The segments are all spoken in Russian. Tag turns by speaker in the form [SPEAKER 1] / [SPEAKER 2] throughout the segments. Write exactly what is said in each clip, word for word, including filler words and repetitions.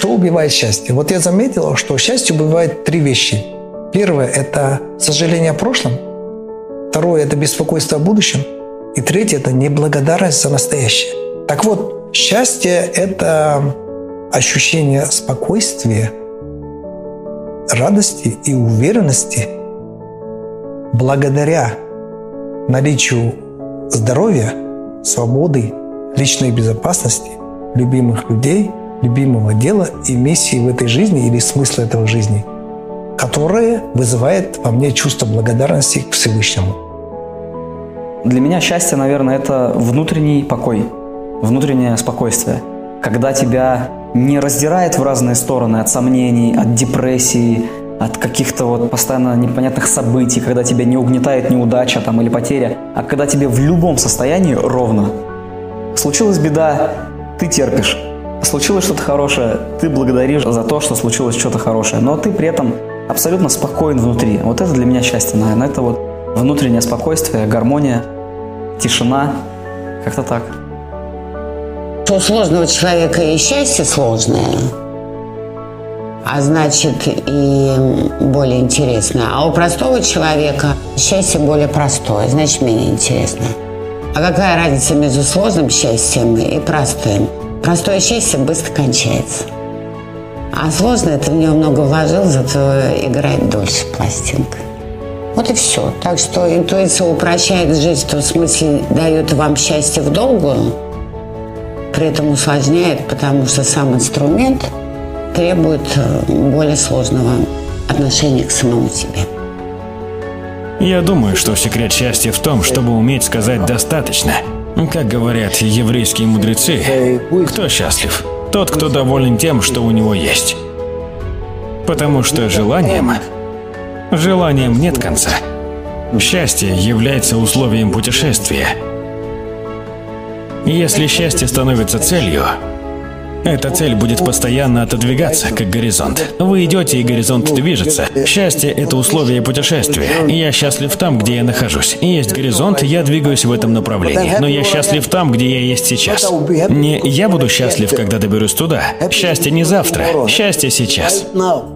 [SPEAKER 1] что убивает счастье? Вот я заметил, что счастье убивает три вещи. Первое – это сожаление о прошлом. Второе – это беспокойство о будущем. И третье – это неблагодарность за настоящее. Так вот, счастье – это ощущение спокойствия, радости и уверенности благодаря наличию здоровья, свободы, личной безопасности, любимых людей, любимого дела и миссии в этой жизни или смысла этого жизни, которое вызывает во мне чувство благодарности к Всевышнему.
[SPEAKER 2] Для меня счастье, наверное, это внутренний покой, внутреннее спокойствие. Когда тебя не раздирает в разные стороны от сомнений, от депрессии, от каких-то вот постоянно непонятных событий, когда тебя не угнетает неудача там, или потеря, а когда тебе в любом состоянии ровно. Случилась беда, ты терпишь. Случилось что-то хорошее, ты благодаришь за то, что случилось что-то хорошее, но ты при этом абсолютно спокоен внутри. Вот это для меня счастье, наверное. Это вот внутреннее спокойствие, гармония, тишина, как-то так.
[SPEAKER 3] У сложного человека и счастье сложное, а значит и более интересное. А у простого человека счастье более простое, значит менее интересное. А какая разница между сложным счастьем и простым? Простое счастье быстро кончается. А сложное, ты в него много вложил, зато играет дольше пластинка. Вот и все. Так что интуиция упрощает жизнь, в том смысле дает вам счастье в долгую, при этом усложняет, потому что сам инструмент требует более сложного отношения к самому себе.
[SPEAKER 4] Я думаю, что секрет счастья в том, чтобы уметь сказать «достаточно». Как говорят еврейские мудрецы, кто счастлив? Тот, кто доволен тем, что у него есть. Потому что желанием, желанием нет конца. Счастье является условием путешествия. Если счастье становится целью, эта цель будет постоянно отодвигаться, как горизонт. Вы идете, и горизонт движется. Счастье – это условие путешествия. Я счастлив там, где я нахожусь. Есть горизонт, я двигаюсь в этом направлении. Но я счастлив там, где я есть сейчас. Не я буду счастлив, когда доберусь туда. Счастье не завтра, счастье сейчас.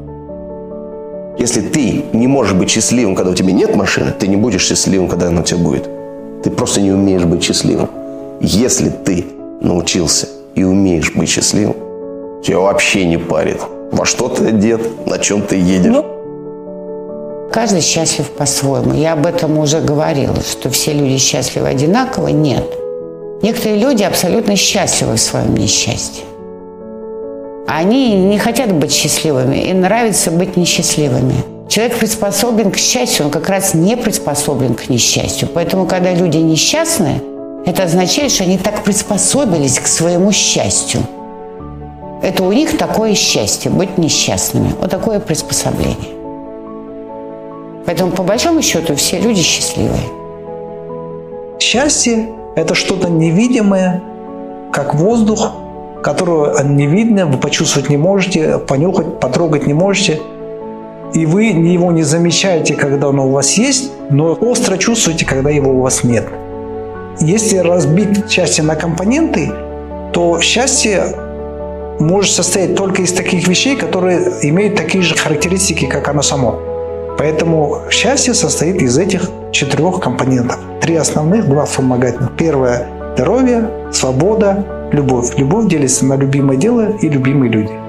[SPEAKER 5] Если ты не можешь быть счастливым, когда у тебя нет машины, ты не будешь счастливым, когда она у тебя будет. Ты просто не умеешь быть счастливым. Если ты научился и умеешь быть счастливым, тебя вообще не парит, во что ты одет, на чем ты едешь.
[SPEAKER 3] Каждый счастлив по-своему. Я об этом уже говорила, что все люди счастливы одинаково. Нет. Некоторые люди абсолютно счастливы в своем несчастье. Они не хотят быть счастливыми, им нравится быть несчастливыми. Человек приспособлен к счастью, он как раз не приспособлен к несчастью. Поэтому, когда люди несчастны, это означает, что они так приспособились к своему счастью. Это у них такое счастье – быть несчастными. Вот такое приспособление. Поэтому, по большому счету, все люди счастливые.
[SPEAKER 1] Счастье – это что-то невидимое, как воздух, которого не видно, вы почувствовать не можете, понюхать, потрогать не можете. И вы его не замечаете, когда оно у вас есть, но остро чувствуете, когда его у вас нет. Если разбить счастье на компоненты, то счастье может состоять только из таких вещей, которые имеют такие же характеристики, как оно само. Поэтому счастье состоит из этих четырех компонентов. Три основных, два вспомогательных. Первое – здоровье, свобода, любовь. Любовь делится на любимое дело и любимые люди.